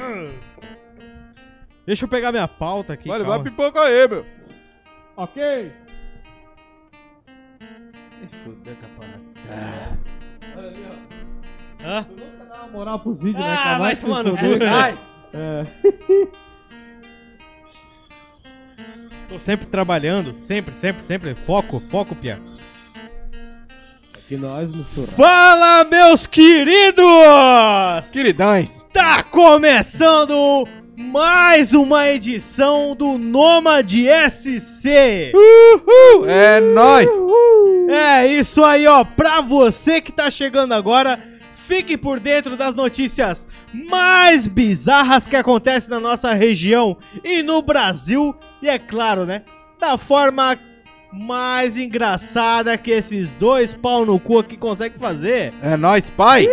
Deixa eu pegar minha pauta aqui. Vai calma. levar pipoca aí, meu. Ok. Olha ali, ó. Hã? Tu nunca dá uma moral pros vídeos, né? Ah, Acabou vai de tomar se no cu. fuder. Gás. É. Tô sempre trabalhando. Sempre. Foco, Pia. Aqui nós misturamos. Fala, meus queridos! Queridões. Tá começando mais uma edição do Nômade SC. É nóis. É isso aí, ó. Pra você que tá chegando agora, fique por dentro das notícias mais bizarras que acontecem na nossa região e no Brasil. E é claro, né? Da forma mais engraçada que esses dois pau no cu aqui conseguem fazer. É nóis, pai.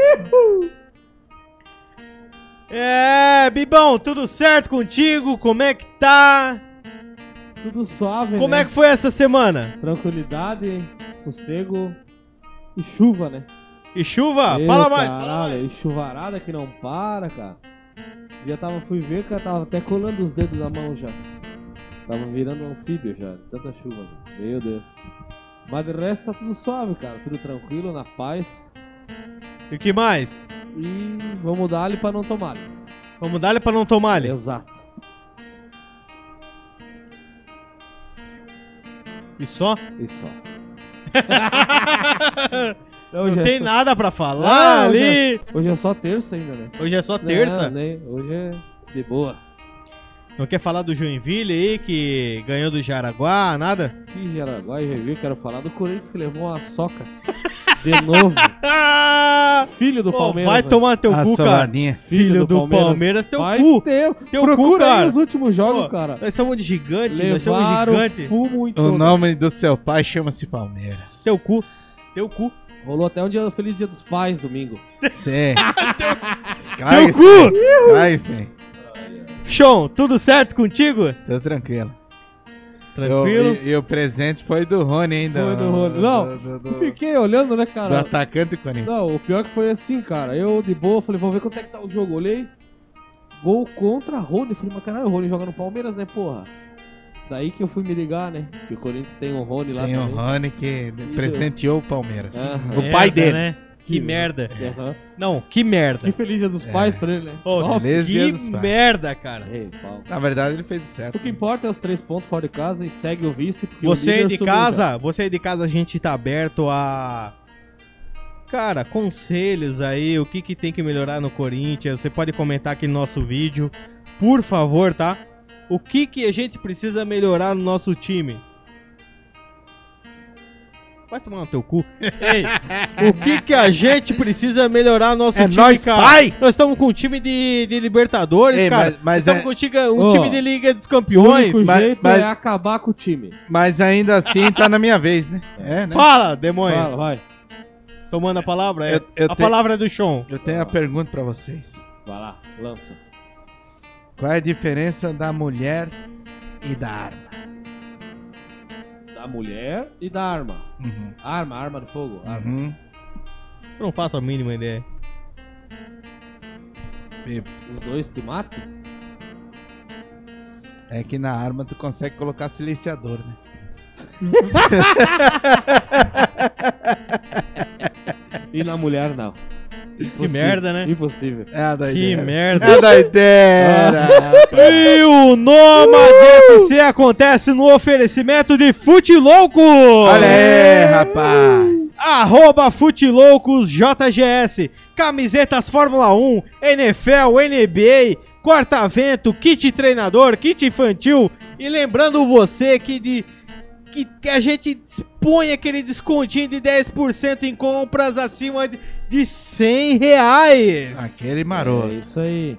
É, Bibão, tudo certo contigo? Como é que tá? Tudo suave, Como né? é que foi essa semana? Tranquilidade, sossego e chuva, né? E chuva? Meu Fala mais, caralho, fala mais. E chuvarada que não para, cara. Esse dia fui ver, cara, tava até colando os dedos da mão já. Tava virando um anfíbio já, de tanta chuva, cara. Meu Deus. Mas de resto tá tudo suave, cara. Tudo tranquilo, na paz. E o que mais? E vamos dar ali pra não tomar. Vamos dar-lhe pra não tomar ali. Exato. E só? Isso. Não tem nada pra falar ali. Hoje é só terça ainda, né? Hoje é só terça. Não, né? Hoje é de boa. Não quer falar do Joinville aí, que ganhou do Jaraguá, nada? Que Jaraguá e Joinville, quero falar do Corinthians que levou uma soca de novo. Filho do Pô, Palmeiras. vai né? tomar teu cu, cara. Soladinha. Filho do Palmeiras, teu Faz cu. tempo. Teu cu, Procura aí cara. os últimos jogos, Pô, cara. Nós somos de gigante, nós somos Levaram gigante. fumo em O todas. nome do seu pai chama-se Palmeiras. Teu cu. Rolou até um dia, Feliz Dia dos Pais, domingo. Sim. Teu cu! Cai sim. Sean, tudo certo contigo? Tô tranquilo. Tranquilo? E o presente foi do Rony ainda. Foi do Rony. Não, eu fiquei olhando, né, Do cara? atacante Corinthians. Não, o pior que foi assim, cara. Eu, de boa, falei, vou ver quanto é que tá o jogo. Olhei, gol contra Rony. Falei, mas caralho, o Rony joga no Palmeiras, né, porra? Daí que eu fui me ligar, né? Que o Corinthians tem um Rony lá Tem o também. Rony que presenteou o Palmeiras. Aham. O pai dele. Né? Que merda. Aham. Não, que merda. Que feliz Dia dos Pais pra ele, né? Ô, Ó, Beleza, Dia que dos Pais. merda, cara. ei, pau. Na verdade, ele fez o certo. O que importa é os 3 pontos fora de casa e segue o vice. Porque Você o aí líder de subiu casa, a gente tá aberto a... Cara, conselhos aí, o que tem que melhorar no Corinthians. Você pode comentar aqui no nosso vídeo. Por favor, tá? O que a gente precisa melhorar no nosso time? Vai tomar no teu cu. Ei, o que a gente precisa melhorar no nosso É time, nóis, cara? pai! Nós estamos com um time de Libertadores, Ei, cara. mas Nós estamos com um time de Liga dos Campeões. O único Mas- jeito mas- é acabar com o time. Mas ainda assim tá na minha vez, né? É, né? Fala, demônio. Fala, vai. Tomando a palavra, é. Eu A tenho- palavra é do Sean. Eu tenho a pergunta pra vocês. Vai lá, lança. Qual é a diferença da mulher e da arma? Da mulher e da arma. Uhum. Arma de fogo. Arma. Uhum. Eu não faço a mínima ideia. Os dois te matam? É que na arma tu consegue colocar silenciador, né? E na mulher, não. Que merda, né? Impossível. É a Que doideira. merda. É a doideira. E o Nômade SC acontece no oferecimento de Fute Loucos. Olha aí, rapaz. @FuteLoucos JGS. Camisetas Fórmula 1, NFL, NBA, corta-vento, kit treinador, kit infantil. E lembrando você que a gente dispõe aquele descontinho de 10% em compras acima de R$100. Aquele É maroto. isso aí.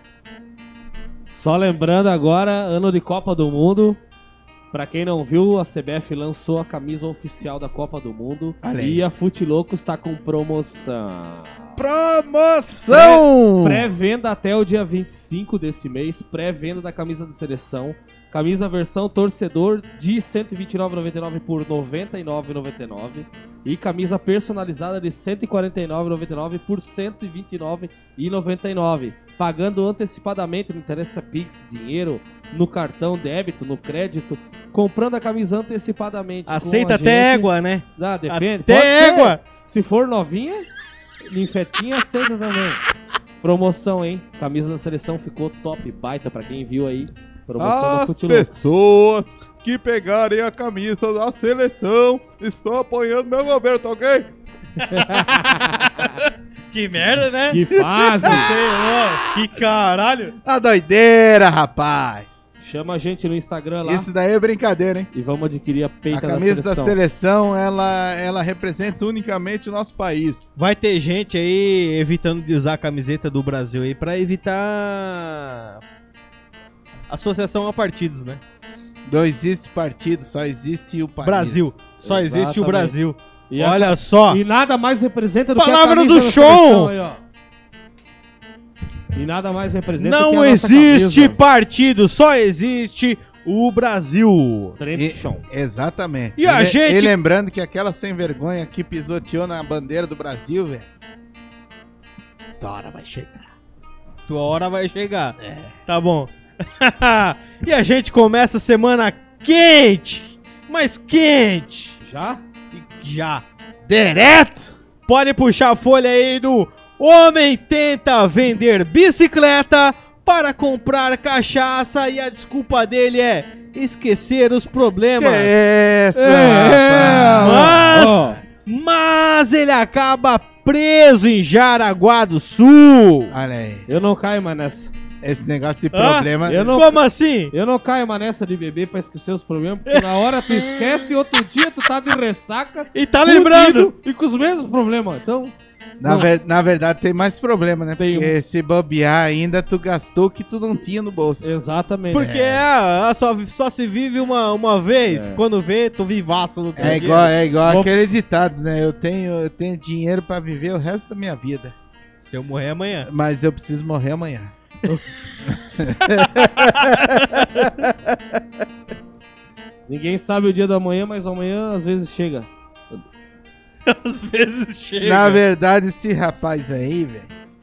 Só lembrando agora, ano de Copa do Mundo. Pra quem não viu, a CBF lançou a camisa oficial da Copa do Mundo. Olha aí. E a Fute Loucos tá com promoção. Promoção! Pré-venda até o dia 25 desse mês. Pré-venda da camisa da seleção. Camisa versão torcedor de R$ 129,99 por R$ 99,99. E camisa personalizada de R$ 149,99 por R$ 129,99. pagando antecipadamente, não interessa Pix, dinheiro, no cartão, débito, no crédito, comprando a camisa antecipadamente. Aceita até égua, né? Ah, depende. Até Pode ser. égua. Se for novinha, ninfetinha, aceita também. Promoção, hein? Camisa da seleção ficou top, baita pra quem viu aí. Promoção da As Futiloucos. pessoas que pegarem a camisa da seleção estão apoiando meu governo, tá ok? Que merda, né? Que fase! Senhor, que caralho. A doideira, rapaz. Chama a gente no Instagram lá Isso daí é brincadeira, hein? e vamos adquirir a peita A camisa da da seleção. seleção, ela representa unicamente o nosso país. Vai ter gente aí evitando de usar a camiseta do Brasil aí pra evitar associação a partidos, né? Não existe partido, só existe o país. Brasil. Só existe o Exatamente. Brasil. E Olha só. E nada mais representa do Palavra que a camisa do da show. seleção aí, ó. E nada mais representa do que Não a nossa existe camisa. partido, só existe o Brasil. Tradition. Exatamente. E a gente- E lembrando que aquela sem vergonha que pisoteou na bandeira do Brasil, velho. Tora vai chegar. Tua hora vai chegar. Tá bom. E a gente começa a semana quente. Mas quente. Já? E já. Direto! Pode puxar a folha aí do homem tenta vender bicicleta para comprar cachaça e a desculpa dele é esquecer os problemas. Essa, Mas, mas ele acaba preso em Jaraguá do Sul. Olha aí. Eu não caio mais nessa. Esse negócio de Hã? problema. Eu não- Como assim? Eu não caio mais nessa de beber pra esquecer os problemas, porque na hora tu esquece e outro dia tu tá de ressaca. E tá lembrando. fudido E com os mesmos problemas. Então, Na verdade, tem mais problema, né? Tem Porque se bobear ainda, tu gastou o que tu não tinha no bolso. exatamente. Porque só se vive uma vez. É. Quando vê, tu vivaço no teu É dia. igual Vou- aquele ditado, né? Eu tenho dinheiro pra viver o resto da minha vida, Se eu morrer amanhã. mas eu preciso morrer amanhã. Ninguém sabe o dia da manhã, mas amanhã às vezes chega. Às vezes chega. Na verdade, esse rapaz aí, velho.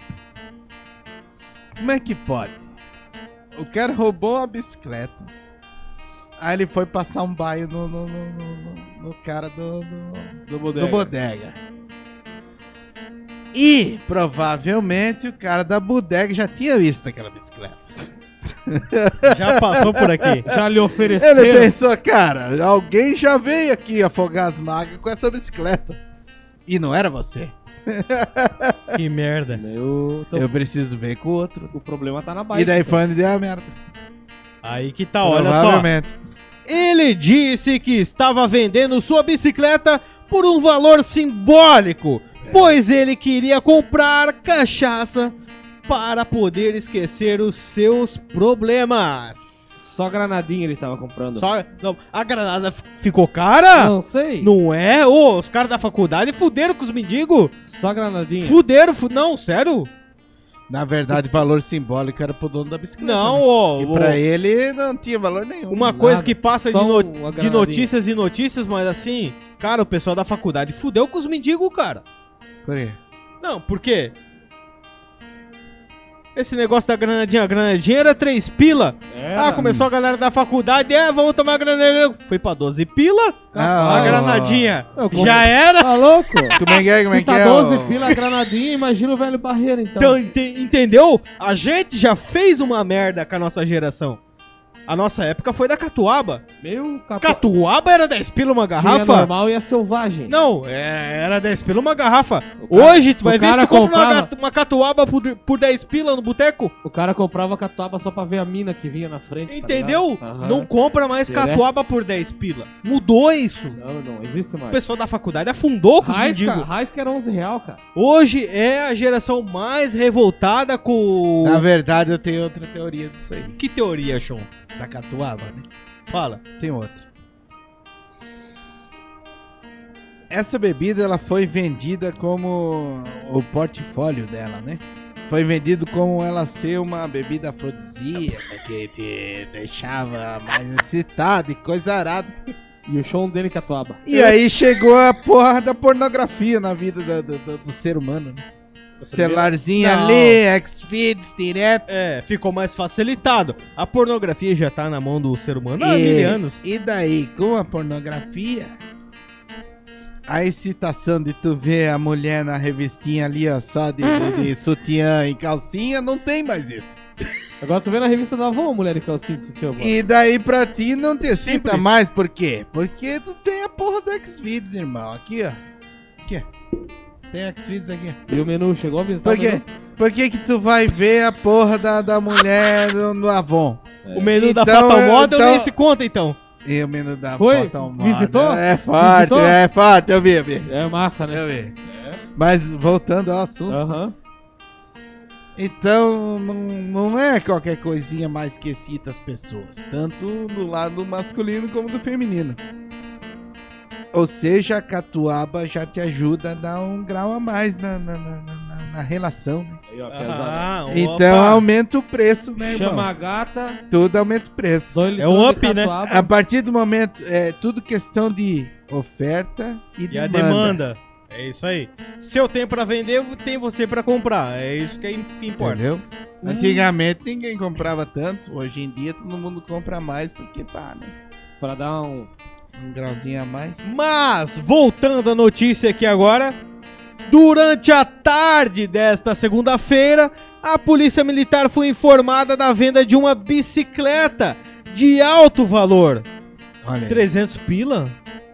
Como é que pode? O cara roubou a bicicleta. Aí ele foi passar um baio no cara Do bodega. do bodega. E provavelmente o cara da bodega já tinha visto aquela bicicleta. Já passou por aqui. Já lhe ofereceram. Ele pensou, cara, alguém já veio aqui afogar as mágoas com essa bicicleta. E não era você. Que merda. Então, Eu preciso ver com o outro. o problema tá na bike. E daí foi onde deu a merda. Aí que tá, olha só. Provavelmente. Ele disse que estava vendendo sua bicicleta por um valor simbólico, pois ele queria comprar cachaça para poder esquecer os seus problemas. Só granadinha ele tava comprando. Só, não, a granada ficou cara? Não sei. Não é? Ô, os caras da faculdade fuderam com os mendigos? Só granadinha. Fuderam, não, sério? Na verdade, valor simbólico era pro dono da bicicleta. Não, né? ó. E ô, pra ele não tinha valor nenhum. Uma nada. coisa que passa Só de, uma de granadinha. notícias e notícias, mas assim, cara, o pessoal da faculdade fudeu com os mendigos, cara. Por quê? Não, por quê? Esse negócio da granadinha, a granadinha era 3 pila. Era. Começou a galera da faculdade, vamos tomar a granadinha. Foi pra 12 pila, a Ah, granadinha Eu compro- já era. Tá louco? Como é que é? Como é Se que tá é? 12 ô? pila a granadinha, imagina o velho barreiro então. Então, entendeu? A gente já fez uma merda com a nossa geração. A nossa época foi da catuaba. Meu Catuaba era 10 pila uma Tinha garrafa? normal e a selvagem. Não, era 10 pila uma garrafa. O cara- Hoje, tu vai o ver se cara tu compra comprava- uma catuaba por 10 pila no boteco. O cara comprava catuaba só pra ver a mina que vinha na frente. tá Entendeu? ligado? Aham. Não compra mais Direto. catuaba por 10 pila. Mudou isso. Não existe O mais. pessoal da faculdade afundou com os mendigos. Raiz que era 11 real, cara. Hoje é a geração mais revoltada com... Na verdade, eu tenho outra teoria disso aí. Que teoria, Sean? Da catuaba, né? Fala. Tem outra. Essa bebida, ela foi vendida como o portfólio dela, né? Foi vendido como ela ser uma bebida afrodisíaca, que te deixava mais excitado e coisa arada. E o show dele catuaba. E aí chegou a porra da pornografia na vida do ser humano, né? celularzinho Não. ali, Xvideos direto. Ficou mais facilitado. A pornografia já tá na mão do ser humano há 1000 anos. E daí, com a pornografia, a excitação de tu ver a mulher na revistinha ali, ó, só de sutiã e calcinha, não tem mais isso. Agora tu vê na revista da avó, mulher de calcinha de sutiã. E daí pra ti não te excita Simples. mais, por quê? Porque tu tem a porra do Xvideos, irmão. Aqui, ó. Aqui, ó. Tem Xvideos aqui, ó. E o menu chegou a visitar Por o quê? menu? Por que que tu vai ver a porra da mulher no Avon? O menu da Então, Fatal Model então- nem se conta, então. E o menu da Foi? Fatal Model. Visitou? É forte, Visitou? é forte, eu vi. É massa, né? Eu vi. Mas voltando ao assunto. Aham. Então, não é qualquer coisinha mais que excita as pessoas. Tanto do lado masculino como do feminino. Ou seja, a catuaba já te ajuda a dar um grau a mais na relação, né? Aí, ó, pesado. Então aumenta o preço, né, irmão? Chama a gata, Tudo aumenta o preço. É um up, né? A partir do momento, é tudo questão de oferta e E a demanda. demanda. É isso aí. Se eu tenho pra vender, tem você pra comprar. É isso que importa. Entendeu? Antigamente ninguém comprava tanto, hoje em dia todo mundo compra mais porque pá, né? Pra dar um... Um grauzinho a mais. Mas, voltando à notícia aqui agora, durante a tarde desta segunda-feira, a Polícia Militar foi informada da venda de uma bicicleta de alto valor. Olha aí. 300 pila?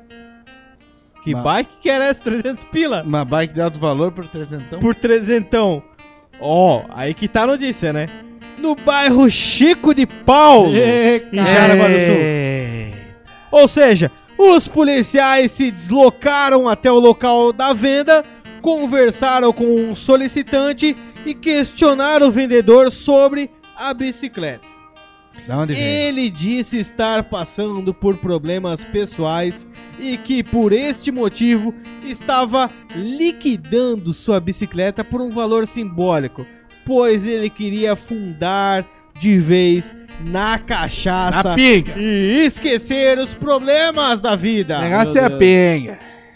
Que Uma- bike que era essa? 300 pila? Uma bike de alto valor por 300. Por trezentão. Ó, aí que tá a notícia, né? No bairro Chico de Paulo, em Jaraguá do Sul. Eita. Ou seja, os policiais se deslocaram até o local da venda, conversaram com um solicitante e questionaram o vendedor sobre a bicicleta. Da onde vem? Ele disse estar passando por problemas pessoais e que por este motivo estava liquidando sua bicicleta por um valor simbólico, pois ele queria fundar de vez na cachaça Na pinga. e esquecer os problemas da vida. O negócio Meu é a Deus. pinga.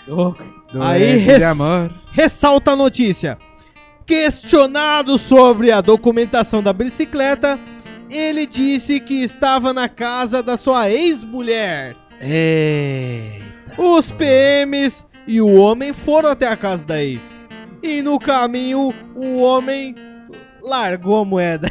Aí Doente de amor. ressalta a notícia. Questionado sobre a documentação da bicicleta, ele disse que estava na casa da sua ex-mulher. Eita. Os PMs e o homem foram até a casa da ex. E no caminho, o homem largou a moeda.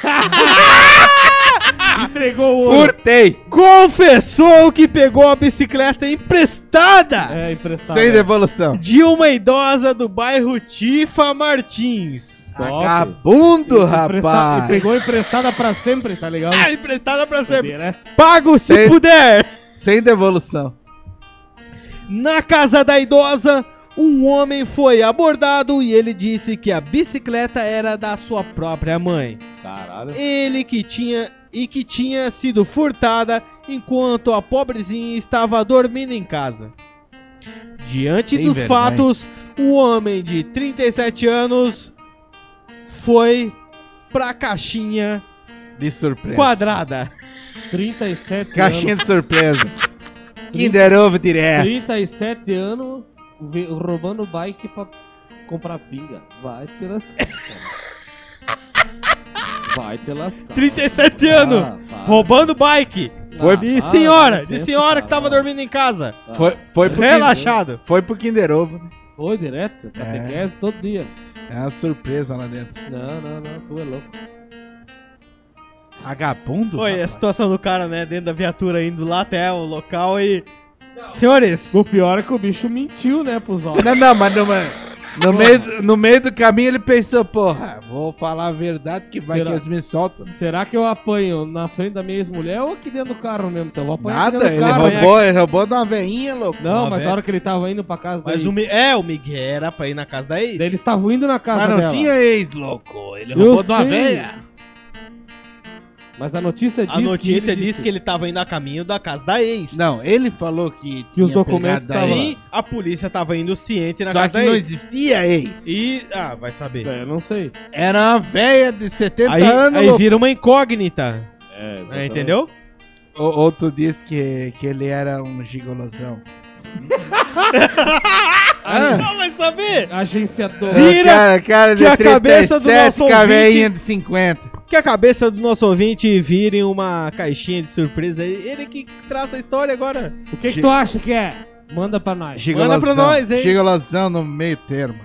Entregou o ouro. Furtei. Confessou que pegou a bicicleta emprestada É, emprestado. Sem devolução. de uma idosa do bairro Tifa Martins. Top. Vagabundo, E rapaz. pegou emprestada pra sempre, tá ligado? Ah, emprestada pra sempre. Direto. Pago se Sei. puder. Sem devolução. Na casa da idosa, um homem foi abordado e ele disse que a bicicleta era da sua própria mãe. Caralho. Ele que tinha sido furtada enquanto a pobrezinha estava dormindo em casa. Diante Sem dos vergonha. fatos, o homem de 37 anos foi pra caixinha De surpresa. quadrada. 37 Caixinha anos. de surpresas. Kinder Ovo direto. 37 anos roubando bike pra comprar pinga. Vai te lascar. Vai te lascar. 37 anos, Para. roubando bike. Foi- De para, senhora, dá de licença, senhora cara. que tava dormindo em casa. Foi pro Relaxado. Foi pro Kinder Ovo, né? Foi direto. Catequese todo dia. É uma surpresa lá dentro. Não, tu é louco. Vagabundo? Foi a rapaz. situação do cara, né? Dentro da viatura, indo lá até o local e... Senhores, O pior é que o bicho mentiu, né, pros homens. Não, mas no meio do caminho ele pensou, porra, vou falar a verdade que vai Será? que eles me soltam. Será que eu apanho na frente da minha ex-mulher ou aqui dentro do carro mesmo? Então eu vou apanhar aqui Nada, dentro do ele carro. roubou de uma veinha, louco. Não, Uma mas velha. na hora que ele tava indo pra casa mas da o Miguel era pra ir na casa da ex. Daí eles estavam indo na casa Mas não dela. tinha ex, louco. Ele Eu roubou de uma sei. veia. Mas a notícia diz A notícia ele diz disse que ele tava indo a caminho da casa da ex. Não, ele falou que Que os tinha documentos pegado da estavam Sim, ex. a polícia tava indo ciente na Só casa que da não ex. existia ex. E... Ah, vai saber. É, eu não sei. Era uma veia de 70 Aí, anos, aí louco. vira uma incógnita. É, Entendeu? Ou tu disse que ele era um gigolosão. Não vai saber? Agenciador. Vira cara que a cabeça do nosso caveinha ouvinte... de 50. Que a cabeça do nosso ouvinte vire em uma caixinha de surpresa. Ele que traça a história agora. O que tu acha que é? Manda pra nós. Manda pra nós, hein? Gigolosão no meio termo.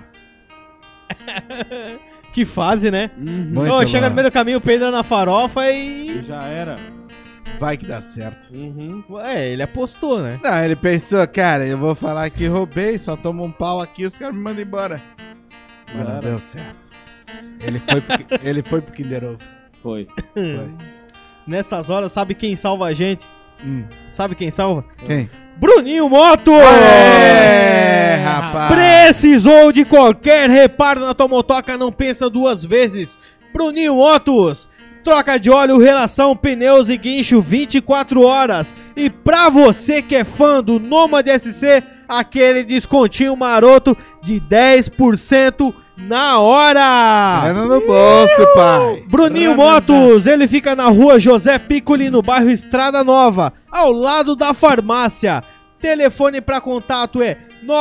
Que fase, né? Muito Ô, chega bom. no meio do caminho, Pedro na farofa E e... já era. Vai que dá certo. Ele apostou, né? Não, ele pensou, cara, eu vou falar que roubei, só tomo um pau aqui, os caras me mandam embora. Mas não Claro. deu certo. Ele foi pro Kinder Ovo. Foi. Foi. Nessas horas, sabe quem salva a gente? Sabe quem salva? Quem? Bruninho Moto! É, rapaz. Precisou de qualquer reparo na tua motoca, não pensa duas vezes. Bruninho Motos, troca de óleo, relação, pneus e guincho 24 horas. E pra você que é fã do Nômade SC, aquele descontinho maroto de 10% na hora. Grana no bolso, pai. Bruninho Motos, ele fica na rua José Piccoli, no bairro Estrada Nova, ao lado da farmácia. Telefone para contato é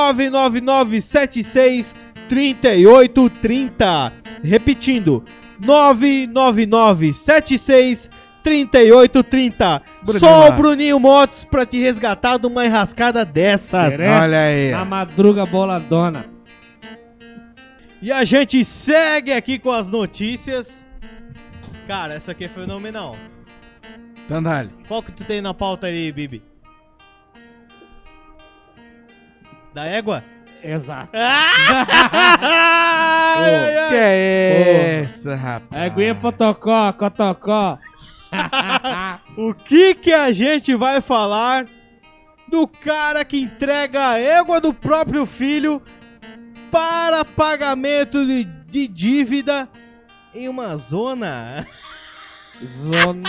999763830. Repetindo, 999763830. Bruninho Só o Motos. Bruninho Motos pra te resgatar de uma enrascada dessas. Direto. Olha aí. Na madruga boladona. E a gente segue aqui com as notícias. Cara, essa aqui é fenomenal. Então dá-lhe. Qual que tu tem na pauta aí, Bibi? Da égua? Exato. Que é essa, rapaz? Aguinha potocó, cotocó. O que a gente vai falar do cara que entrega a égua do próprio filho para pagamento de dívida em uma zona? Zona.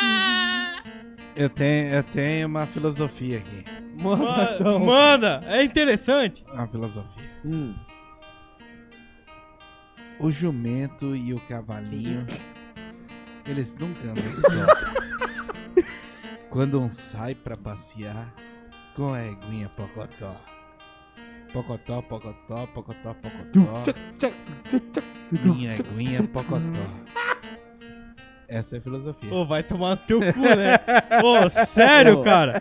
Eu tenho uma filosofia aqui. Manda, então. Manda, é interessante. Uma filosofia. Hum. O jumento e o cavalinho, eles nunca andam só. Quando um sai pra passear com a eguinha pocotó. Pocotó, pocotó, pocotó, pocotó. Minha eguinha pocotó. Essa é a filosofia. Ô, vai tomar no teu cu, né? Ô, sério, cara?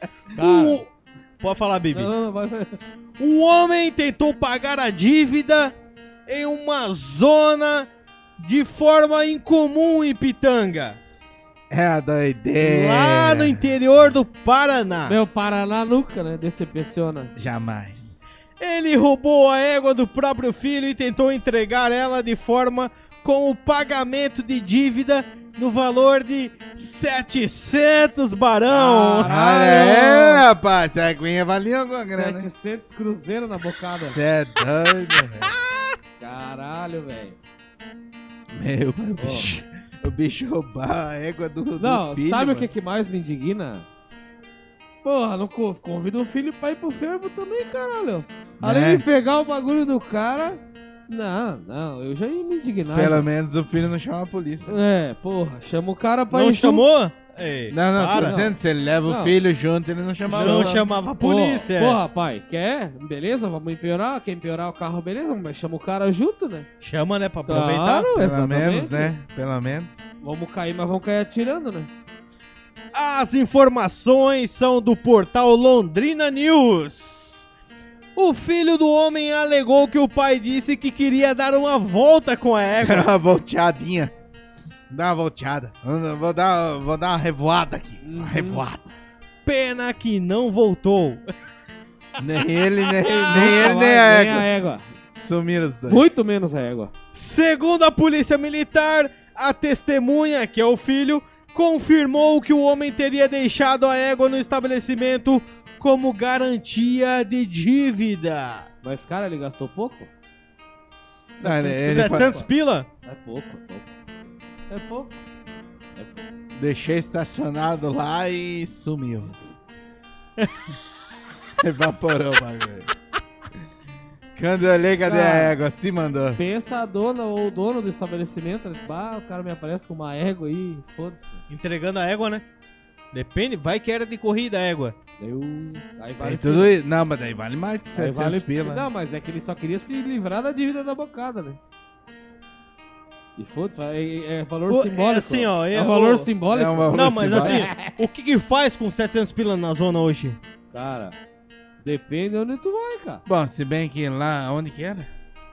Pode falar, Bibi. Não, vai. Um homem tentou pagar a dívida em uma zona de forma incomum em Pitanga, É a doideira. lá no interior do Paraná. Meu Paraná nunca, né? Decepciona. Jamais. Ele roubou a égua do próprio filho e tentou entregar ela de forma com o pagamento de dívida no valor de 700 barão. Olha aí, rapaz. A eguinha valia alguma grana, né? 700 cruzeiros na bocada. Você é doido, velho. Caralho, velho. Meu, o bicho roubar a égua do Não, filho, sabe o mano. que mais me indigna? Porra, não convida o filho pra ir pro fervo também, caralho. Além Né? de pegar o bagulho do cara... Não, eu já ia me indignar. Pelo já. menos o filho não chama a polícia. É, porra, chama o cara pra Não ir chamou? Ei, Não, para. tô dizendo, se ele leva Não. o filho junto, ele não chamava. Não não. chamava a polícia. Porra, pai, quer? Beleza, vamos empeorar. Quer empeorar o carro, beleza? Mas chama o cara junto, né? Chama, né, pra aproveitar. Claro, Pelo exatamente. menos, né? Pelo menos. Vamos cair, mas vamos cair atirando, né? As informações são do portal Londrina News. O filho do homem alegou que o pai disse que queria dar uma volta com a égua. Uma volteadinha. Dá uma volteada. Vou dar uma revoada aqui. Uma Uhum. revoada. Pena que não voltou. Nem ele, nem Nunca ele, mais, nem a nem égua. a égua. Sumiram os dois. Muito menos a égua. Segundo a polícia militar, a testemunha, que é o filho, confirmou que o homem teria deixado a égua no estabelecimento como garantia de dívida. Mas, cara, ele gastou pouco? Não, ele 700 pila? É pouco, é pouco. É pouco. É pouco. Deixei estacionado lá e sumiu. Evaporou o bagulho. Quando eu olhei, cadê a Cara. égua? Se mandou. Pensa a dona ou o dono do estabelecimento, né? Bah, o cara me aparece com uma égua aí, foda-se. Entregando a égua, né? Depende, vai que era de corrida a égua. Aí Tem vale tudo isso. Não, mas daí vale mais de Aí 700 vale... pila. Não, mas é que ele só queria se livrar da dívida da bocada, né? E foda-se, é valor O- simbólico. assim, ó, é um valor simbólico. É um valor Não, mas simbólico. assim, o que faz com 700 pila na zona hoje? Cara, depende de onde tu vai, cara. Bom, se bem que lá, onde que era?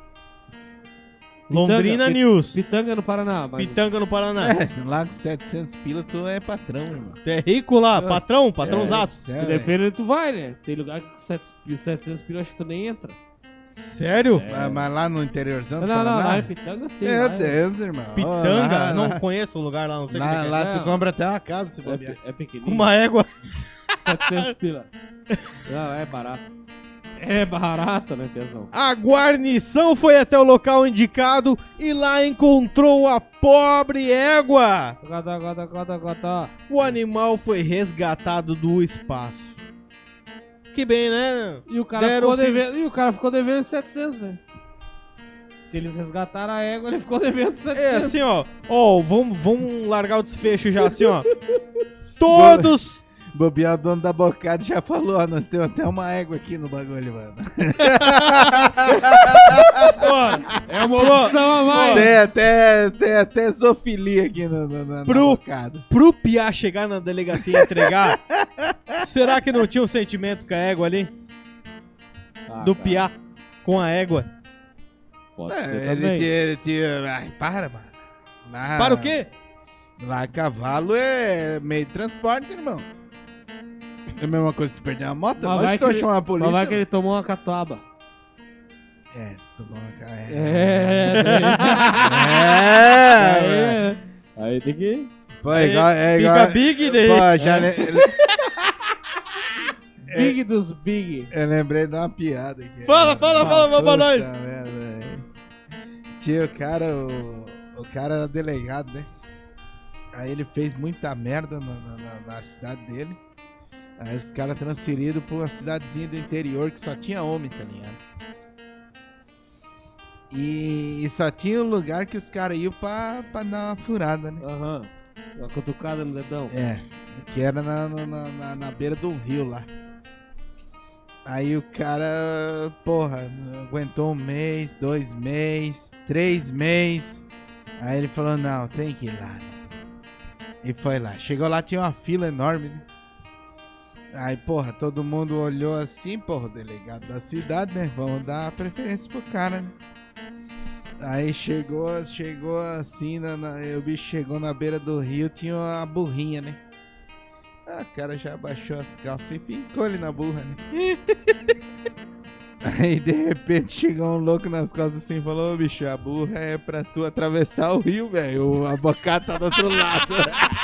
Londrina News. Pitanga no Paraná. Mas... Pitanga no Paraná. É, lá com 700 pila tu é patrão, irmão. Tu é rico lá, patrãozaço. É, Depende de onde tu vai, né? Tem lugar que com 700 pila acho que tu nem entra. Sério? É. Mas lá no interiorzão do Não, Paraná? lá em Pitanga sim. Meu lá Deus, irmão. Pitanga? Lá- Não lá- conheço o lugar lá, não sei Lá, como é que lá é. tu compra até uma casa se bobear. É pequenininho. Com uma égua. 700 pila. Não, é barato. É barato, né, Pezão? A guarnição foi até o local indicado e lá encontrou a pobre égua. Gata. O animal foi resgatado do espaço. Que bem, né? E o cara Deram ficou devendo 700, né? Se eles resgataram a égua, ele ficou devendo 700. É assim, ó. Ó, vamos largar o desfecho já, assim, ó. Todos... Bobear, o dono da bocada já falou, ó, nós temos até uma égua aqui no bagulho, mano. É uma opção a mais. Tem até zoofilia aqui na bocada. Pro Piá chegar na delegacia e entregar, será que não tinha um sentimento com a égua ali? Do cara, Piá com a égua? Pode ser É, também. ele tinha... Ai, para, mano. Lá- Para o quê? Lá cavalo é meio de transporte, irmão. É a mesma coisa que tu perder uma moto? Mas vai Lógico que tu que vai chamar a polícia. Mas vai que ele tomou uma catuaba. É, se tomar uma... É. Aí tem que... Pô, é igual... Fica big daí. Pô, já Big dos big. eu lembrei de uma piada aqui. Fala pra Puta nós. merda, velho. Tinha o cara era delegado, né? Aí ele fez muita merda na cidade dele. Aí os caras transferiram pra uma cidadezinha do interior que só tinha homem, tá ligado? E só tinha um lugar que os caras iam pra dar uma furada, né? Aham. Uma cutucada no dedão. É, que era na beira do rio lá. Aí o cara, porra, aguentou 1 mês, 2 meses, 3 meses. Aí ele falou, não, tem que ir lá, né? E foi lá. Chegou lá, tinha uma fila enorme, né? Aí, porra, todo mundo olhou assim, porra, o delegado da cidade, né? Vamos dar preferência pro cara, né? Aí chegou assim, o bicho chegou na beira do rio, tinha uma burrinha, né? Ah, o cara já abaixou as calças e fincou ali na burra, né? Aí de repente chegou um louco nas costas assim e falou: ô bicho, a burra é pra tu atravessar o rio, velho. A bocada tá do outro lado.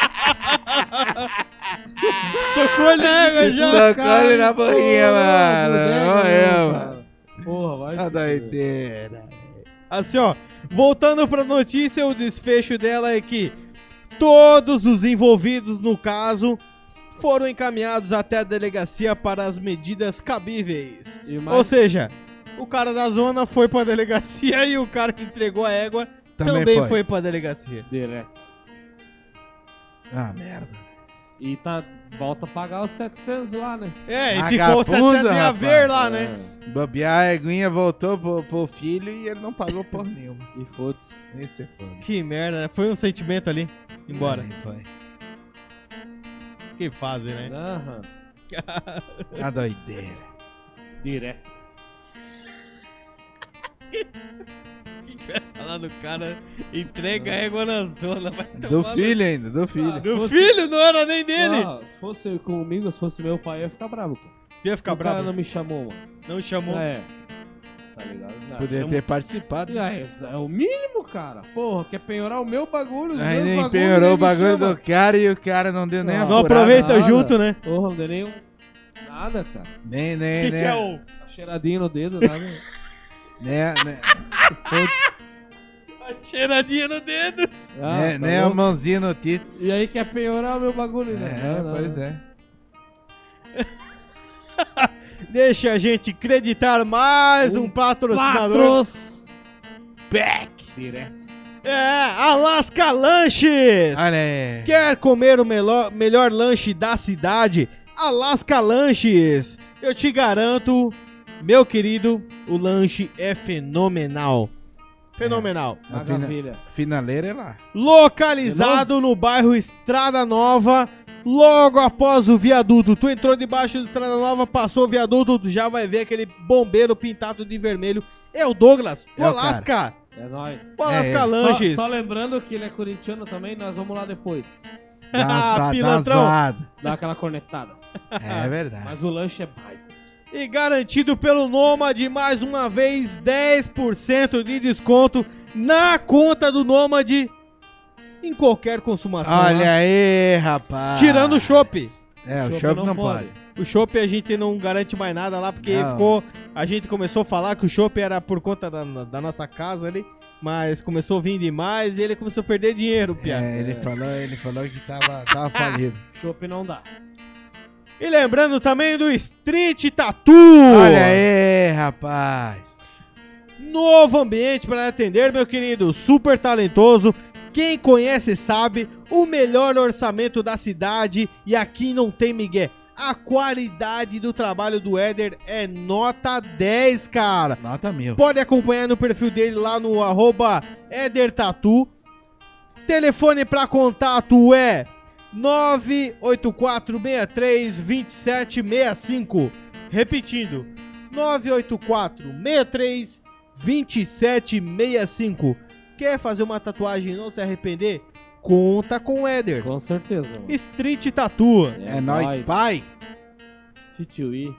Socorro na égua já. Socorre na burrinha, mano. Olha, mano. Porra, vai A se fuder. doideira. Assim, ó, voltando pra notícia, o desfecho dela é que todos os envolvidos no caso foram encaminhados até a delegacia para as medidas cabíveis. E mais- Ou seja, o cara da zona foi pra delegacia e o cara que entregou a égua também foi pra delegacia. Direto. Ah, merda. E volta a pagar os 700 lá, né? É, e Vagabundo, ficou 700 em rapaz. haver lá, né? Bobear, a eguinha voltou pro filho e ele não pagou porra nenhuma. E foda-se. Esse é foda. Que merda, né? Foi um sentimento ali. Embora. Aí foi. Que fazem, né? Aham. A doideira. Direto. Falar do cara, entrega a égua na zona. Vai Do tomar no- filho ainda, do filho. Do filho, não era nem dele. Ah, se fosse comigo, se fosse meu pai, eu ia ficar bravo, cara. Tu ia ficar O cara bravo. não me chamou, mano. Não chamou. É. Tá ligado? Não, Poderia chama- ter participado. Ah, esse é o mínimo, cara. Porra, quer penhorar o meu bagulho, os Aí meus nem bagulhos, empenhorou nem o me bagulho chama. do cara e o cara não deu nem a Não Não furada. aproveita nada. junto, né? Porra, não deu nem nada, cara. Nem, O nem, que, nem. que é o... A cheiradinha no dedo, nada. Nem, Foda-se. A cheiradinha no dedo. Ah, nem, tá nem a louco. mãozinha no tits. E aí quer penhorar o meu bagulho, né? É, Não, pois não. é. Deixa a gente acreditar mais um patrocinador. Patros. Back! Direto. É, Alaska Lanches. Olha aí. Quer comer o melhor lanche da cidade? Alasca Lanches. Eu te garanto, meu querido, o lanche é fenomenal. Fenomenal. A Maravilha. finaleira é lá. Localizado no bairro Estrada Nova, logo após o viaduto. Tu entrou debaixo do Estrada Nova, passou o viaduto, tu já vai ver aquele bombeiro pintado de vermelho. É o Douglas, o É o Alasca. É nóis. O Alasca É, Lanches. Só lembrando que ele é corintiano também, nós vamos lá depois. Dá uma zoada, dá uma Pilantrão. zoada. Dar aquela cornetada. É verdade. Mas o lanche é baita. E garantido pelo Nômade, mais uma vez, 10% de desconto na conta do Nômade em qualquer consumação. Olha lá. aí, rapaz. Tirando o chopp. É, o Chopp chopp não pode. O chopp a gente não garante mais nada lá, porque Não. a gente começou a falar que o chopp era por conta da nossa casa ali, mas começou a vir demais e ele começou a perder dinheiro, piada. É, ele falou que tava falido. Chopp não dá. E lembrando também do Street Tattoo. Olha aí, rapaz. Novo ambiente para atender, meu querido, super talentoso. Quem conhece sabe, o melhor orçamento da cidade e aqui não tem migué. A qualidade do trabalho do Éder é nota 10, cara. Nota 1000. Pode acompanhar no perfil dele lá no @EderTatu. Telefone para contato é 984632765. Repetindo, 984632765. Quer fazer uma tatuagem e não se arrepender? Conta com o Éder. Com certeza, mano. Street Tattoo. É nóis, pai. Titiuí.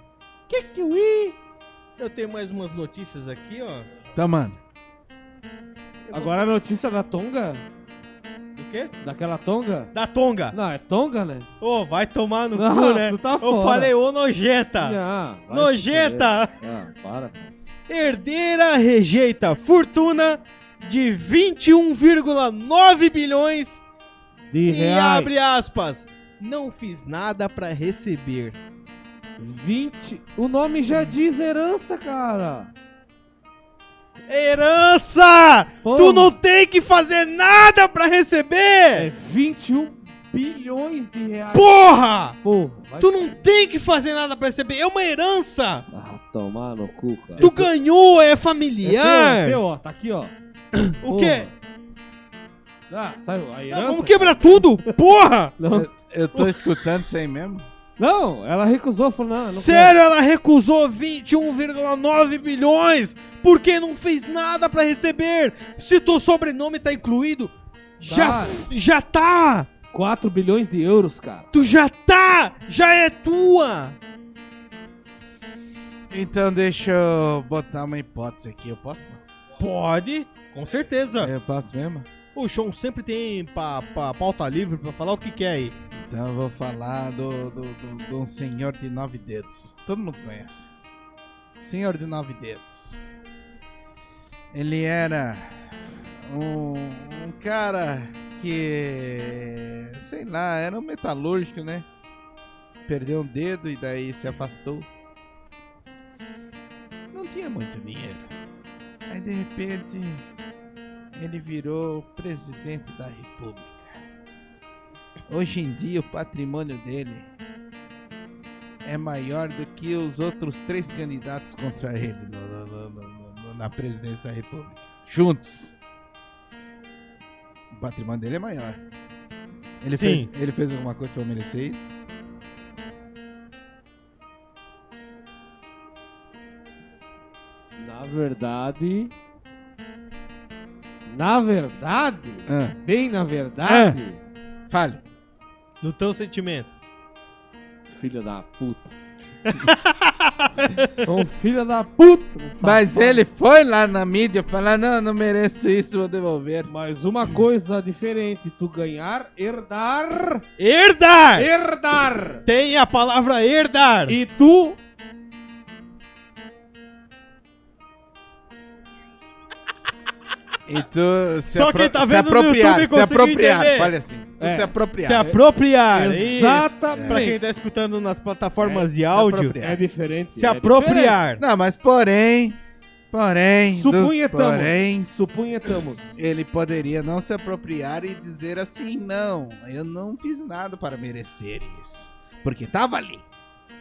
Eu tenho mais umas notícias aqui, ó. Então, mano. Agora a notícia da Tonga? Do quê? Daquela Tonga? Da Tonga. Não, é Tonga, né? Ô, vai tomar no Não, cu, né? tu tá Eu fora. falei, ô nojenta. Ah, vai se Nojenta. fuder. Ah, para. Herdeira rejeita fortuna de 21,9 bilhões De e reais. abre aspas. Não fiz nada pra receber. 20. O nome já diz herança, cara. Herança! Porra. Tu não tem que fazer nada pra É receber! 21 bilhões de reais. Porra! Porra, vai Tu não tem que fazer nada pra receber, é uma herança! Ah, tomar no cu, cara. Tu ganhou, é É familiar! teu, ó, tá aqui, ó. O quê? Ah, saiu a Não, herança. vamos quebrar tudo! Porra! Não, Eu tô escutando isso aí mesmo? não, ela recusou, falou, não, não Sério, ela recusou 21,9 bilhões porque não fez nada pra receber. Se teu sobrenome tá incluído, já tá. quero. 4 bilhões de euros, cara. Tu já tá, já é tua. Então deixa eu botar uma hipótese aqui. Eu posso não? Pode, com certeza. Eu posso mesmo? O Sean sempre tem pauta livre pra falar o que quer aí. Então eu vou falar de um senhor de 9 dedos. Todo mundo conhece. Senhor de 9 dedos. Ele era um cara que, sei lá, era um metalúrgico, né? Perdeu um dedo e daí se afastou. Não tinha muito dinheiro. Aí de repente ele virou presidente da República. Hoje em dia o patrimônio dele é maior do que os outros 3 candidatos contra ele na presidência da República. Juntos. O patrimônio dele é maior. Sim. Ele fez alguma coisa pra merecer isso? Na verdade, bem na verdade, Fale. No teu sentimento. filho da puta. Um filho da puta. um Mas safado. ele foi lá na mídia falar, não mereço isso, vou devolver. Mas uma coisa diferente, tu ganhar, herdar, Herdar! Tem a palavra herdar. e tu E tu Só quem tá vendo no YouTube se conseguiu apropriar, entender. olha assim. Tu É. se apropriar. Se apropriar. Isso. exatamente. Pra quem tá escutando nas plataformas de se áudio, apropriar. É diferente. se apropriar. Não, mas porém, Supunhetamos. Supunhetamos. ele poderia não se apropriar e dizer assim, não, eu não fiz nada para merecer isso. Porque tava ali.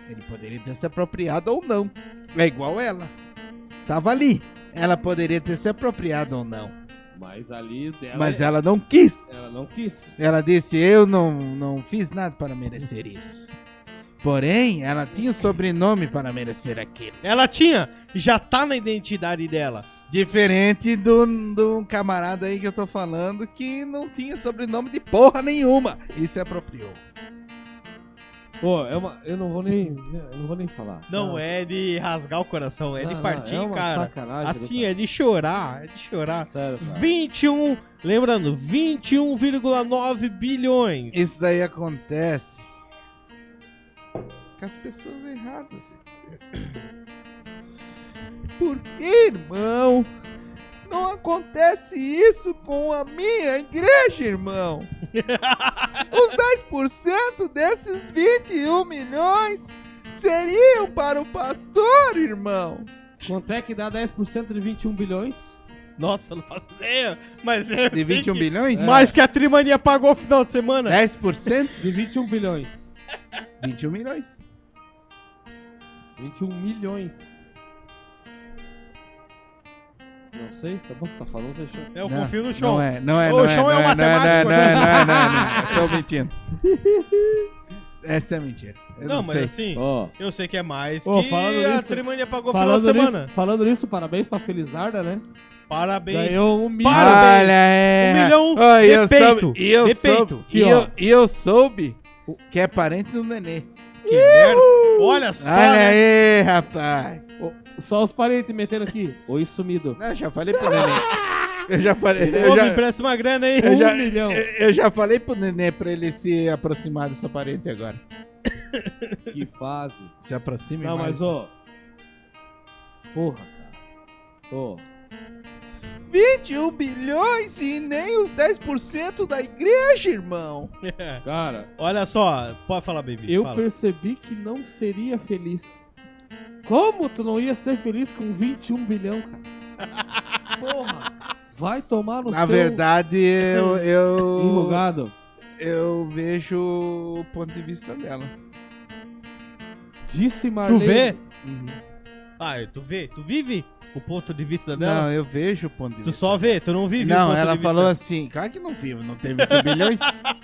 Ele poderia ter se apropriado ou não. É igual ela. Tava ali. Ela poderia ter se apropriado ou não. Mas ali dela. Mas ela não quis. Ela não quis. Ela disse, eu não fiz nada para merecer isso. Porém, ela tinha o sobrenome para merecer aquilo. Ela tinha, já tá na identidade dela. Diferente do camarada aí que eu tô falando que não tinha sobrenome de porra nenhuma. E se apropriou. Pô, eu não vou nem falar. Não é de rasgar o coração, é de partir, é uma cara. sacanagem, Assim, né, é de chorar, é de chorar. cara? Sério, cara. 21, lembrando, 21,9 bilhões. Isso daí acontece com as pessoas erradas. Por que, irmão? Não acontece isso com a minha igreja, irmão. Os 10% desses 21 milhões seriam para o pastor, irmão. Quanto é que dá 10% de 21 bilhões? Nossa, eu não faço ideia, mas eu De sei 21 que- bilhões? Mais que a Trimania pagou no final de semana. 10%? De 21 bilhões. 21 milhões. 21 milhões. Não sei, tá bom, você tá falando, fechou. Eu Não, confio no show. Não é, não é. O não show é um não matemático, né? Não. Eu tô mentindo. Essa é mentira. Eu Não, não mas sei. assim, Ó, eu sei que é mais Ô, que falando a nisso- Trimania pagou no final de semana. falando nisso, parabéns pra Felizarda, né? Parabéns. Ganhou 1 milhão. Parabéns. Olha, é. 1 milhão Ó, de eu peito. soube- e eu De soube- peito. e Aqui, ó. eu soube que é parente do Nenê. Que merda. Olha só, Olha né? aí, rapaz. Ô, só os parentes metendo aqui. Oi, sumido. Não, eu já falei pro Nenê. Eu já falei. Ô, me empresta uma grana aí. eu já- 1 milhão. eu já falei pro Nenê pra ele se aproximar dessa parente agora. Que fase. Se aproxime Não, mais. mas ó. Porra, cara. Ô. 21 bilhões e nem os 10% da igreja, irmão. Cara, Olha só, pode falar, baby. eu fala. percebi que não seria feliz. Como tu não ia ser feliz com 21 bilhão, cara? Porra. Vai tomar no Na seu verdade, enrugado. eu vejo o ponto de vista dela. Disse Tu Marlene. vê? Uhum. Ah, tu vê? Tu vive o ponto de vista dela? Não, eu vejo o ponto de Tu vista. só vê, tu não vive o Não, ponto ela de vista falou dela. assim, claro que não vivo, não tem 21 bilhões.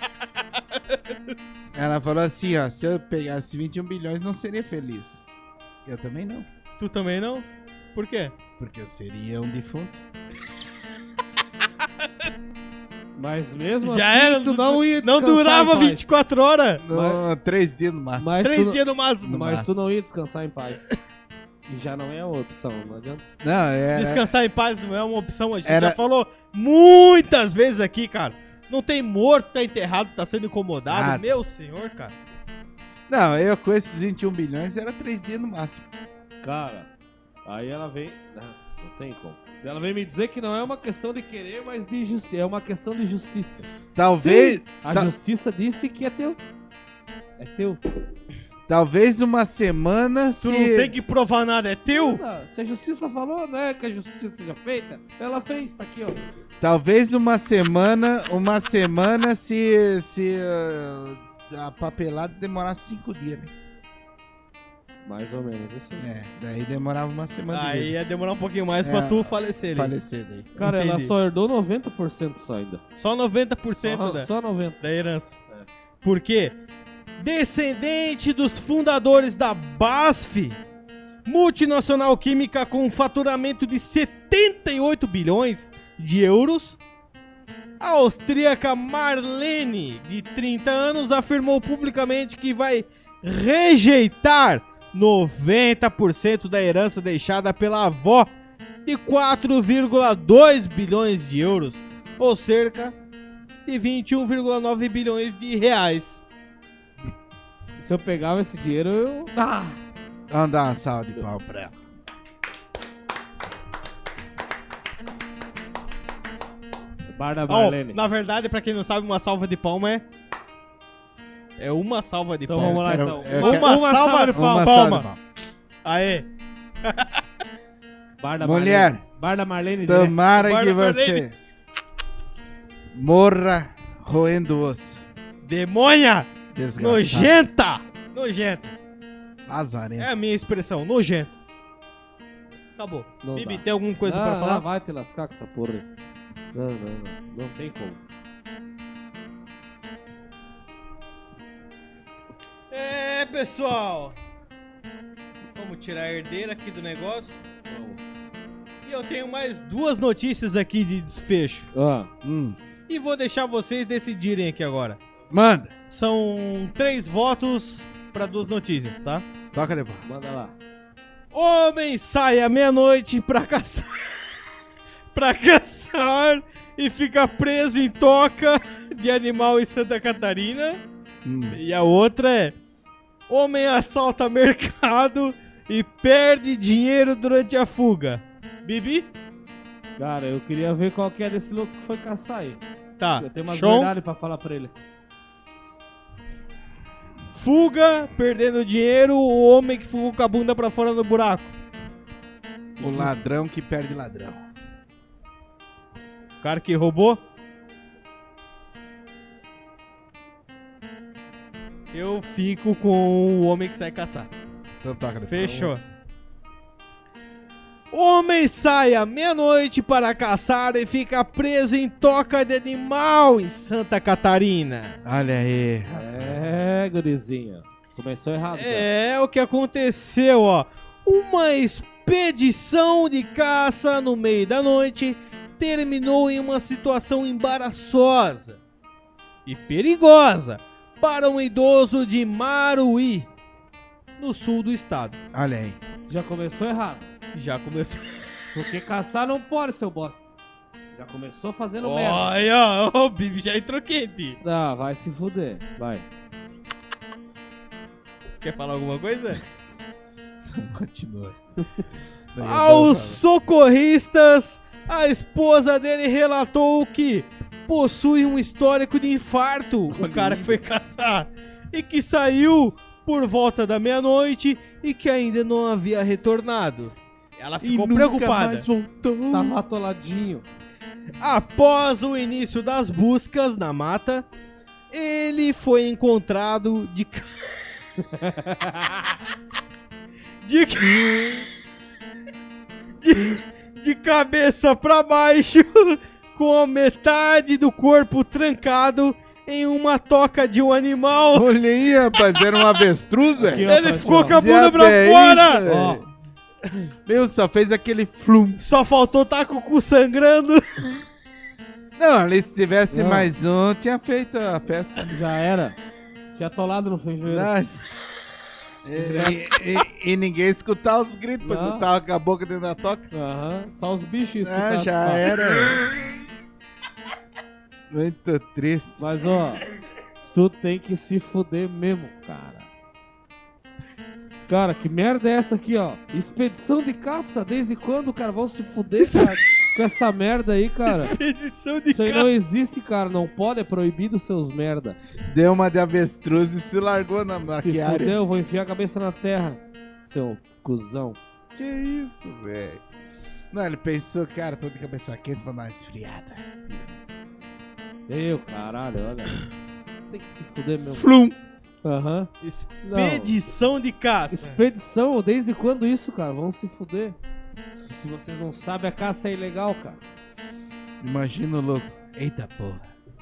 Ela falou assim, ó, se eu pegasse 21 bilhões não seria feliz. Eu também não, Tu também não? Por quê? porque eu seria um defunto. Mas mesmo Já assim, era, tu não ia Não descansar durava em paz. 24 horas. No, 3 dias no máximo. Mas 3 tu, dias no máximo. No mas máximo. tu não ia descansar em paz. E já não é a opção, não adianta. Não, era... Descansar em paz não é uma opção. A gente Era- já falou muitas vezes aqui, cara. Não tem morto, tá enterrado, tá sendo incomodado. Ah. Meu senhor, cara. Não, eu com esses 21 bilhões era 3 dias no máximo. Cara, aí ela vem. Não tem como. Ela vem me dizer que não é uma questão de querer, mas de justiça. É uma questão de justiça. Talvez, A Tá. justiça disse que é teu. É teu. talvez uma semana Tu não tem que provar nada, é teu? Se a justiça falou, né, que a justiça seja feita, ela fez, tá aqui, ó. Talvez uma semana se a papelada demorasse 5 dias, né? Mais ou menos isso aí. É, daí demorava uma semana Aí de ia demorar um pouquinho mais É, pra tu falecer. ali. falecer daí. Cara, ela Entendi. só herdou 90% só ainda. Só 90% Só 90%. da herança. É. Por quê? Descendente dos fundadores da BASF, multinacional química com um faturamento de 78 bilhões de euros, a austríaca Marlene, de 30 anos, afirmou publicamente que vai rejeitar 90% da herança deixada pela avó, de 4,2 bilhões de euros, ou cerca de 21,9 bilhões de reais. Se eu pegava esse dinheiro, eu. Ah! Vamos dar uma salva de pau pra ela. Bar da Ó, Marlene. na verdade, pra quem não sabe, uma salva de palma é uma salva de Então palma. vamos lá, quero- então. eu Uma salva de Uma palma. salva de pau. Aê. Bar da Mulher. Marlene. Bar da Marlene. direto. Tomara Bora, que Marlene. você morra roendo osso. Demônia! Desgraçado. Nojenta! Nojenta! Lazarento. É a minha expressão, nojento. Acabou. Não Bibi, dá. tem alguma coisa pra falar? Vai te lascar com essa porra aí. Não. Não tem como. É, pessoal. Vamos tirar a herdeira aqui do negócio. Vamos. E eu tenho mais 2 notícias aqui de desfecho. Ah, E vou deixar vocês decidirem aqui agora. Manda. São 3 votos pra 2 notícias, tá? Toca de bola. manda lá. Homem sai à meia-noite pra caçar. pra caçar e fica preso em toca de animal em Santa Catarina. E a outra é: homem assalta mercado e perde dinheiro durante a fuga. Bibi? Cara, eu queria ver qual que é desse louco que foi caçar aí. Tá. Eu tenho umas Sean, verdades pra falar pra ele. fuga, perdendo dinheiro, o homem que ficou com a bunda pra fora do buraco. O ladrão que perde ladrão. O cara que roubou. Eu fico com o homem que sai caçar. Então toca de bola. Fechou. Homem sai à meia-noite para caçar e fica preso em toca de animal em Santa Catarina. Olha aí. É, gurizinha. Começou errado. cara. É o que aconteceu, ó. Uma expedição de caça no meio da noite terminou em uma situação embaraçosa e perigosa para um idoso de Maruí, no sul do estado. Olha aí. Já começou errado. Já começou. Porque caçar não pode, seu bosta. Já começou fazendo merda. Olha, o Bibi já entrou quente. Ah, vai se fuder. Vai. Quer falar alguma coisa? Continua. Aos socorristas, a esposa dele relatou que possui um histórico de infarto, o cara que foi caçar, e que saiu por volta da meia-noite e que ainda não havia retornado. Ela ficou preocupada. Mais voltou. Tava atoladinho. Após o início das buscas na mata, ele foi encontrado de cabeça pra baixo, com a metade do corpo trancado em uma toca de um animal. Olha aí, rapaz. Era um avestruz, velho. Aqui, ó, Ele rapaz, ficou ó. com a bunda pra Diabo é fora. isso, velho? Ó, Meu, só fez aquele flum. Só faltou tá com o cu sangrando. Não, ali se tivesse Não. mais um, tinha feito a festa. já era. Tinha atolado no feijoeiro. Nossa. E ninguém escutar os gritos, pois Não. eu tava com a boca dentro da toca. Aham. Só os bichos Ah, escutaram. já era. Muito triste. Mas, ó, tu tem que se fuder mesmo, cara. Cara, que merda é essa aqui, ó? Expedição de caça? Desde quando, cara? Vão se fuder, cara, com essa merda aí, cara. Expedição de Isso aí caça. não existe, cara. Não pode, é proibido, seus merda. Deu uma de avestruz e se largou na Se maquiária. fudeu, vou enfiar a cabeça na terra, seu cuzão. Que isso, velho? Não, ele pensou, cara, tô de cabeça quente pra dar uma esfriada. Eu, caralho, olha. Tem que se fuder mesmo. Flum! Aham. Expedição de caça. Expedição, desde quando isso, cara? Vão se fuder. Se vocês não sabem, a caça é ilegal, cara. Imagina o louco. Eita porra.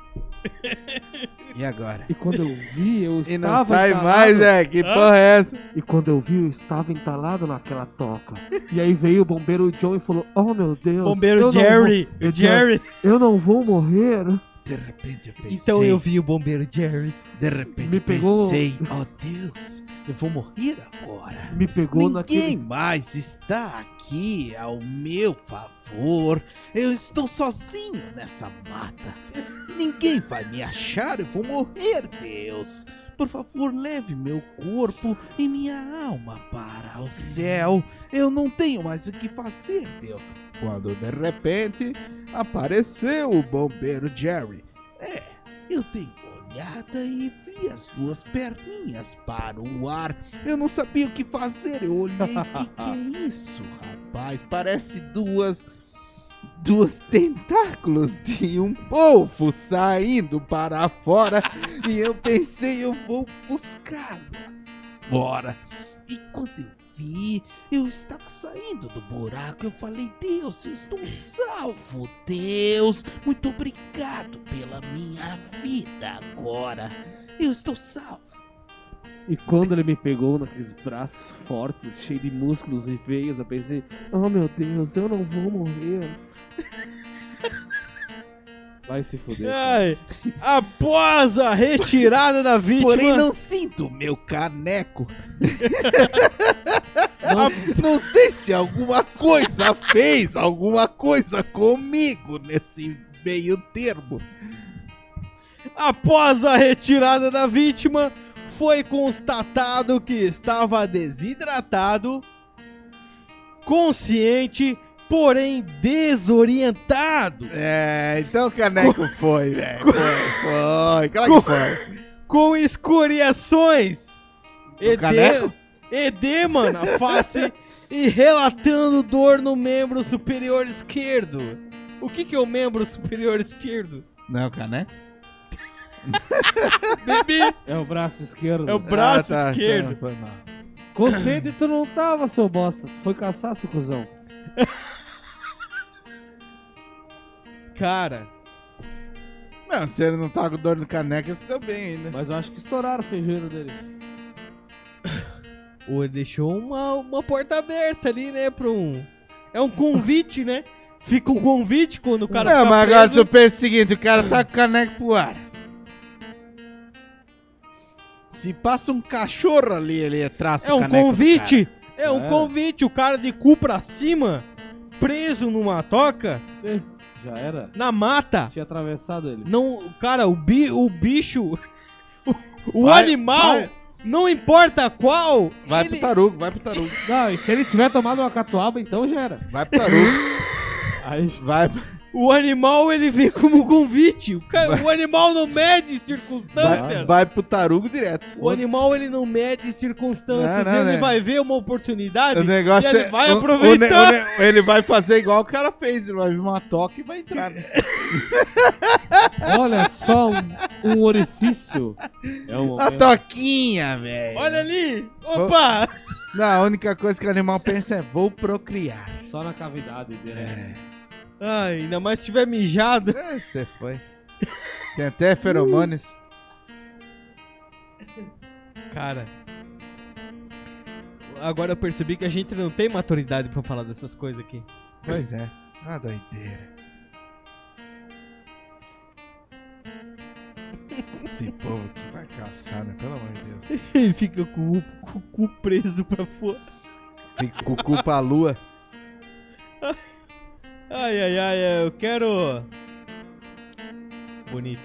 E agora? E quando eu vi, eu E estava não sai entalado. mais, que porra é essa? E quando eu vi, eu estava entalado naquela toca. E aí veio o bombeiro John e falou: oh meu Deus. Bombeiro eu não Jerry. vou- O Jerry. Eu não vou morrer. De repente eu pensei. Então eu vi o bombeiro Jerry. De repente Me eu pegou- pensei, oh Deus, eu vou morrer agora. Me pegou Ninguém naquele. mais está aqui ao meu favor. Eu estou sozinho nessa mata. Ninguém vai me achar, eu vou morrer, Deus. Por favor, leve meu corpo e minha alma para o céu. Eu não tenho mais o que fazer, Deus. Quando de repente apareceu o bombeiro Jerry. Eu dei uma olhada e vi as duas perninhas para o ar. Eu não sabia o que fazer. Eu olhei, que é isso, rapaz? Parece duas tentáculos de um polvo saindo para fora. E eu pensei, eu vou buscá-lo. Bora. E quando eu vi, eu estava saindo do buraco. Eu falei, Deus, eu estou salvo. Deus, muito obrigado pela minha vida agora. Eu estou salvo. E quando ele me pegou naqueles braços fortes, cheios de músculos e veias, eu pensei, oh meu Deus, eu não vou morrer. Vai se fuder. Ai, após a retirada da vítima... Porém, não sinto o meu caneco. Não sei se alguma coisa fez alguma coisa comigo nesse meio termo. Após a retirada da vítima, foi constatado que estava desidratado, consciente, porém desorientado. Então o caneco foi, velho. Foi. Claro que foi. Com escoriações, caneco? edema na face e relatando dor no membro superior esquerdo. O que é o membro superior esquerdo? Não é o caneco? Bibi, É o braço esquerdo. é o braço tá, esquerdo. Foi mal. Consciente tu não tava, seu bosta. Tu foi caçar, seu cuzão. Cara, Não, se ele não tá com dor no caneco, ele deu bem ainda. Mas eu acho que estouraram o feijão dele. ou ele deixou uma porta aberta ali, né, pra um... É um convite, né? Fica um convite quando o cara Não, fica mas agora preso. tu pensa o seguinte, o cara tá com o caneco pro ar. Se passa um cachorro ali, ele traça É o um caneco do convite. É um É. convite. O cara de cu pra cima, preso numa toca, Já era. na mata. Tinha atravessado ele. Não, cara, o bicho, o Vai, animal, vai. não importa qual. cara. Vai ele- pro tarugo, vai pro tarugo. Não, e se ele tiver tomado uma catuaba, então já era. Vai pro tarugo. Aí, Vai, O animal, ele vem como convite. O animal não mede circunstâncias. vai pro tarugo direto. O animal, ele não mede circunstâncias. Não, ele né? vai ver uma oportunidade O negócio e ele é- vai o- aproveitar. ele vai fazer igual o cara fez. Ele vai vir uma toca e vai entrar. Né? olha só um orifício. É um A toquinha, velho. Olha ali. Opa. Não, a única coisa que o animal pensa é vou procriar. só na cavidade dele. Ai, ainda mais se tiver mijado. Você foi. Tem até feromônios. Cara, agora eu percebi que a gente não tem maturidade pra falar dessas coisas aqui. Pois é. Uma doideira. Esse povo que vai caçar, né? Pelo amor de Deus. Ele fica com o cu preso pra fora. Fica com o cu pra lua. Ai, eu quero... Bonita.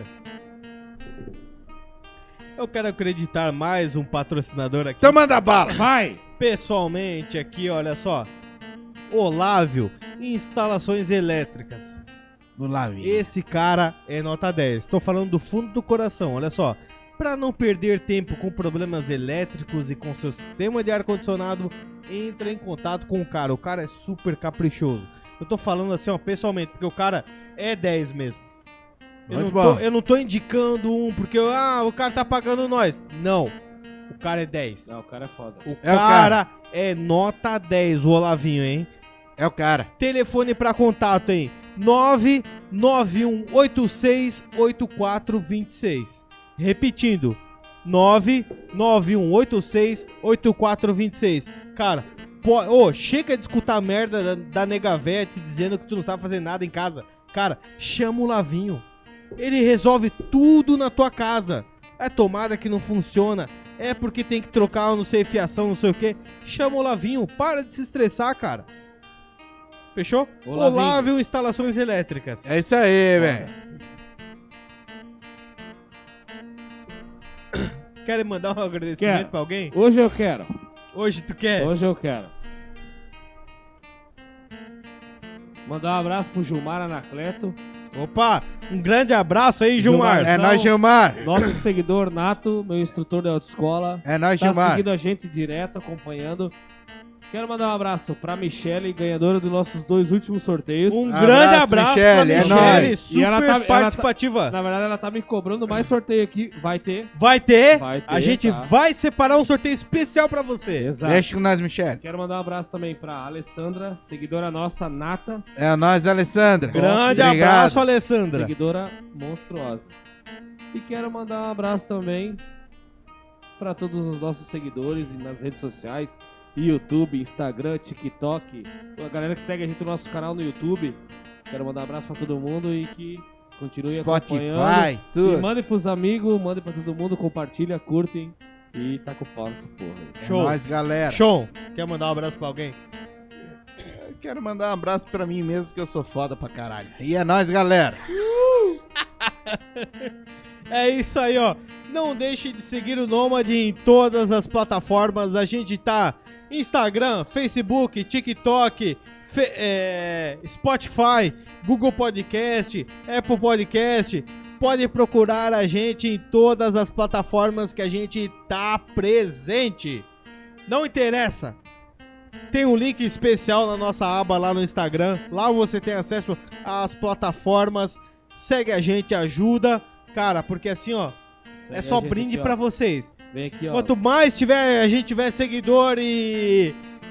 Eu quero acreditar mais um patrocinador aqui. Então manda bala. Vai! Pessoalmente aqui, olha só. Olávio, instalações elétricas. No lavinho. Esse cara é nota 10. Tô falando do fundo do coração, olha só. Pra não perder tempo com problemas elétricos e com seu sistema de ar-condicionado, entra em contato com o cara. O cara é super caprichoso. Eu tô falando assim, ó, pessoalmente, porque o cara é 10 mesmo. Muito bom. Eu não tô indicando um porque o cara tá pagando nós. Não. O cara é 10. Não, o cara é foda. O É o cara é nota 10, o Olavinho, hein? É o cara. Telefone pra contato, hein? 991868426. Repetindo, 991868426. Cara, chega de escutar a merda da Negavete dizendo que tu não sabe fazer nada em casa. Cara, chama o Lavinho. Ele resolve tudo na tua casa. É tomada que não funciona. É porque tem que trocar, não sei, fiação, não sei o que. Chama o Lavinho. Para de se estressar, cara. Fechou? Olavinho. Olávio Instalações Elétricas. É isso aí, velho. Querem mandar um agradecimento Quero. pra alguém? Hoje eu quero. Hoje tu quer? Hoje eu quero. Mandar um abraço pro Gilmar Anacleto, Opa, um grande abraço aí, Gilmar. Gilmar. É nóis, Gilmar. nosso seguidor nato, meu instrutor da autoescola. É nóis, Tá Gilmar. seguindo a gente direto, acompanhando. Quero mandar um abraço pra Michele, ganhadora dos nossos 2 últimos sorteios. Um grande abraço pra Michele, é Michele, nóis. super E ela tá- participativa. Na verdade, ela tá me cobrando mais sorteio aqui. Vai ter. Vai ter, Vai ter, a gente tá. vai separar um sorteio especial pra você. Exato. Deixa com nós, Michele. Quero mandar um abraço também pra Alessandra, seguidora nossa, nata, É nóis, Alessandra. Grande Obrigado. abraço, Alessandra. seguidora monstruosa. E quero mandar um abraço também pra todos os nossos seguidores nas redes sociais, YouTube, Instagram, TikTok, a galera que segue a gente no nosso canal no YouTube. Quero mandar um abraço pra todo mundo e que continue acompanhando. Spotify, E tudo. mandem pros amigos, mandem pra todo mundo, compartilha, curtem e tá com o pau nessa porra aí. É Show. nóis, galera. Sean, quer mandar um abraço pra alguém? Eu quero mandar um abraço pra mim mesmo, que eu sou foda pra caralho. E é nóis, galera. É isso aí, ó. Não deixe de seguir o Nômade em todas as plataformas. A gente tá Instagram, Facebook, TikTok, Spotify, Google Podcast, Apple Podcast. Pode procurar a gente em todas as plataformas que a gente tá presente. Não interessa. Tem um link especial na nossa aba lá no Instagram. Lá você tem acesso às plataformas. Segue a gente, ajuda. Cara, porque assim, ó, Segue é a só gente brinde aqui, ó. pra vocês. Vem aqui, ó. Quanto mais a gente tiver seguidor e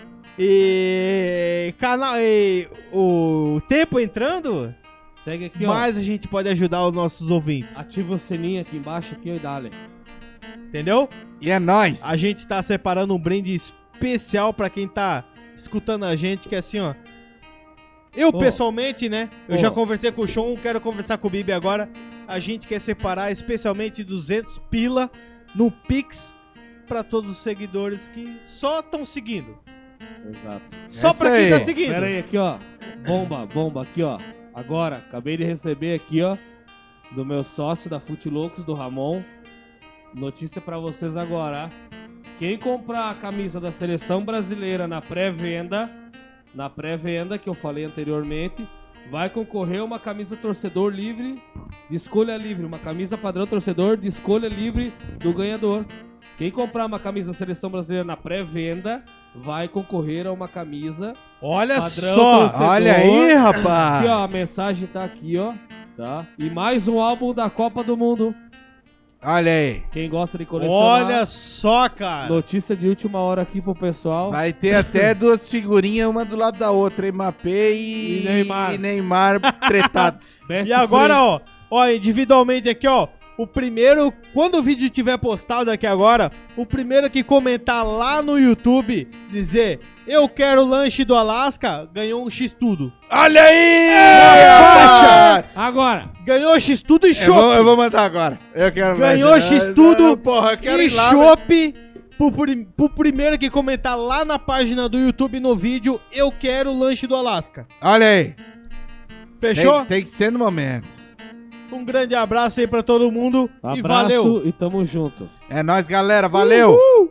canal e o tempo entrando, Segue aqui, ó. mais a gente pode ajudar os nossos ouvintes. Ativa o sininho aqui embaixo aqui, ó, e dale. Entendeu? E é nóis. A gente tá separando um brinde especial pra quem tá escutando a gente, que é assim, ó. Eu, Ô. pessoalmente, né? Eu Ô. já conversei com o Sean, quero conversar com o Bibi agora. A gente quer separar especialmente 200 pila no Pix pra todos os seguidores que só estão seguindo. Exato. Só Isso pra quem aí. tá seguindo. Pera aí, aqui, ó. Bomba aqui, ó. Agora, acabei de receber aqui, ó, do meu sócio da Fute Loucos, do Ramon. Notícia pra vocês agora. Quem comprar a camisa da Seleção Brasileira na pré-venda, que eu falei anteriormente, vai concorrer a uma camisa torcedor livre, de escolha livre. Uma camisa padrão torcedor de escolha livre do ganhador. Quem comprar uma camisa da Seleção Brasileira na pré-venda, vai concorrer a uma camisa Olha padrão só. torcedor. Olha aí, Aqui, rapaz. ó, a mensagem tá aqui, ó, tá? E mais um álbum da Copa do Mundo. Olha aí. Quem gosta de colecionar. Olha só, cara. Notícia de última hora aqui pro pessoal. Vai ter até 2 figurinhas, uma do lado da outra. Mbappé E Neymar. e Neymar tretados. Best E agora, friends. ó, individualmente aqui, ó, o primeiro, quando o vídeo tiver postado aqui agora, o primeiro que comentar lá no YouTube, dizer, eu quero lanche do Alasca, ganhou um X-Tudo. Olha aí! faixa! Agora, Ganhou X-Tudo e Eu chopp. vou mandar agora. Eu quero Ganhou mais. X-Tudo Porra, eu quero E ir lá. chopp pro primeiro que comentar lá na página do YouTube no vídeo, eu quero lanche do Alasca. Olha aí. Fechou? Tem que ser no momento. Um grande abraço aí pra todo mundo e abraço valeu. e tamo junto. É nóis, galera. Valeu. Uhul.